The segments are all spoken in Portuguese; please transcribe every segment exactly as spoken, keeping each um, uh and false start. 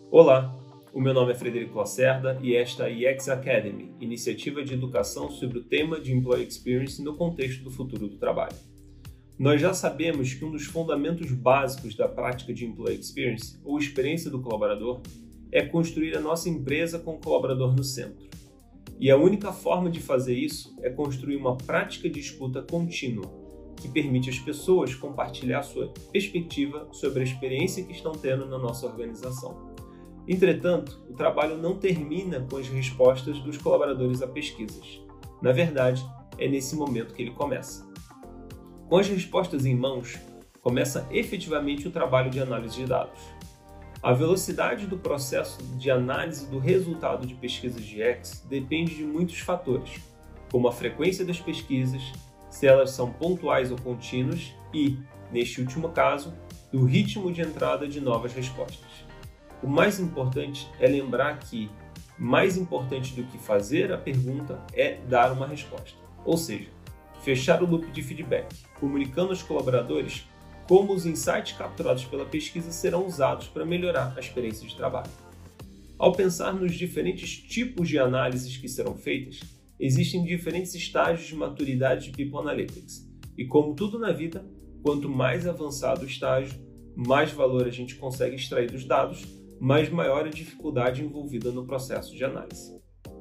Olá, o meu nome é Frederico Lacerda e esta é a E X Academy, iniciativa de educação sobre o tema de Employee Experience no contexto do futuro do trabalho. Nós já sabemos que um dos fundamentos básicos da prática de Employee Experience, ou experiência do colaborador, é construir a nossa empresa com o colaborador no centro. E a única forma de fazer isso é construir uma prática de escuta contínua, que permite às pessoas compartilhar sua perspectiva sobre a experiência que estão tendo na nossa organização. Entretanto, o trabalho não termina com as respostas dos colaboradores a pesquisas. Na verdade, é nesse momento que ele começa. Com as respostas em mãos, começa efetivamente o trabalho de análise de dados. A velocidade do processo de análise do resultado de pesquisas de X depende de muitos fatores, como a frequência das pesquisas, se elas são pontuais ou contínuas e, neste último caso, do ritmo de entrada de novas respostas. O mais importante é lembrar que, mais importante do que fazer a pergunta é dar uma resposta, ou seja, fechar o loop de feedback, comunicando aos colaboradores como os insights capturados pela pesquisa serão usados para melhorar a experiência de trabalho. Ao pensar nos diferentes tipos de análises que serão feitas, existem diferentes estágios de maturidade de People Analytics, e como tudo na vida, quanto mais avançado o estágio, mais valor a gente consegue extrair dos dados, mas maior a dificuldade envolvida no processo de análise.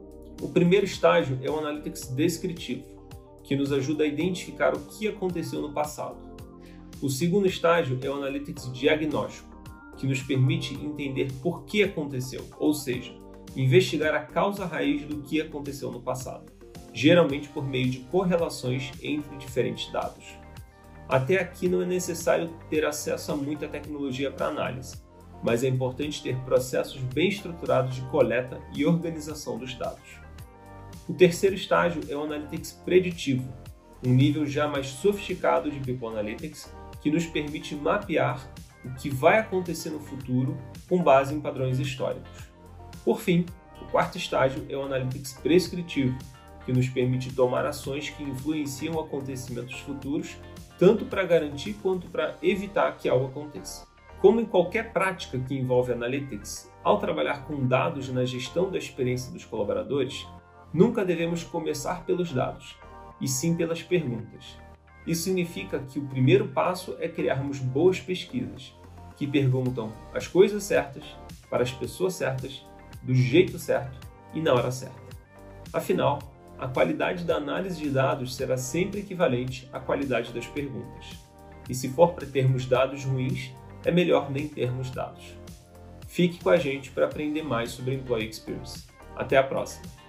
O primeiro estágio é o Analytics descritivo, que nos ajuda a identificar o que aconteceu no passado. O segundo estágio é o Analytics diagnóstico, que nos permite entender por que aconteceu, ou seja, investigar a causa raiz do que aconteceu no passado, geralmente por meio de correlações entre diferentes dados. Até aqui não é necessário ter acesso a muita tecnologia para análise, mas é importante ter processos bem estruturados de coleta e organização dos dados. O terceiro estágio é o Analytics preditivo, um nível já mais sofisticado de People Analytics que nos permite mapear o que vai acontecer no futuro com base em padrões históricos. Por fim, o quarto estágio é o Analytics prescritivo, que nos permite tomar ações que influenciam acontecimentos futuros, tanto para garantir quanto para evitar que algo aconteça. Como em qualquer prática que envolve Analytics, ao trabalhar com dados na gestão da experiência dos colaboradores, nunca devemos começar pelos dados, e sim pelas perguntas. Isso significa que o primeiro passo é criarmos boas pesquisas, que perguntam as coisas certas, para as pessoas certas, do jeito certo e na hora certa. Afinal, a qualidade da análise de dados será sempre equivalente à qualidade das perguntas. E se for para termos dados ruins, é melhor nem termos dados. Fique com a gente para aprender mais sobre Employee Experience. Até a próxima!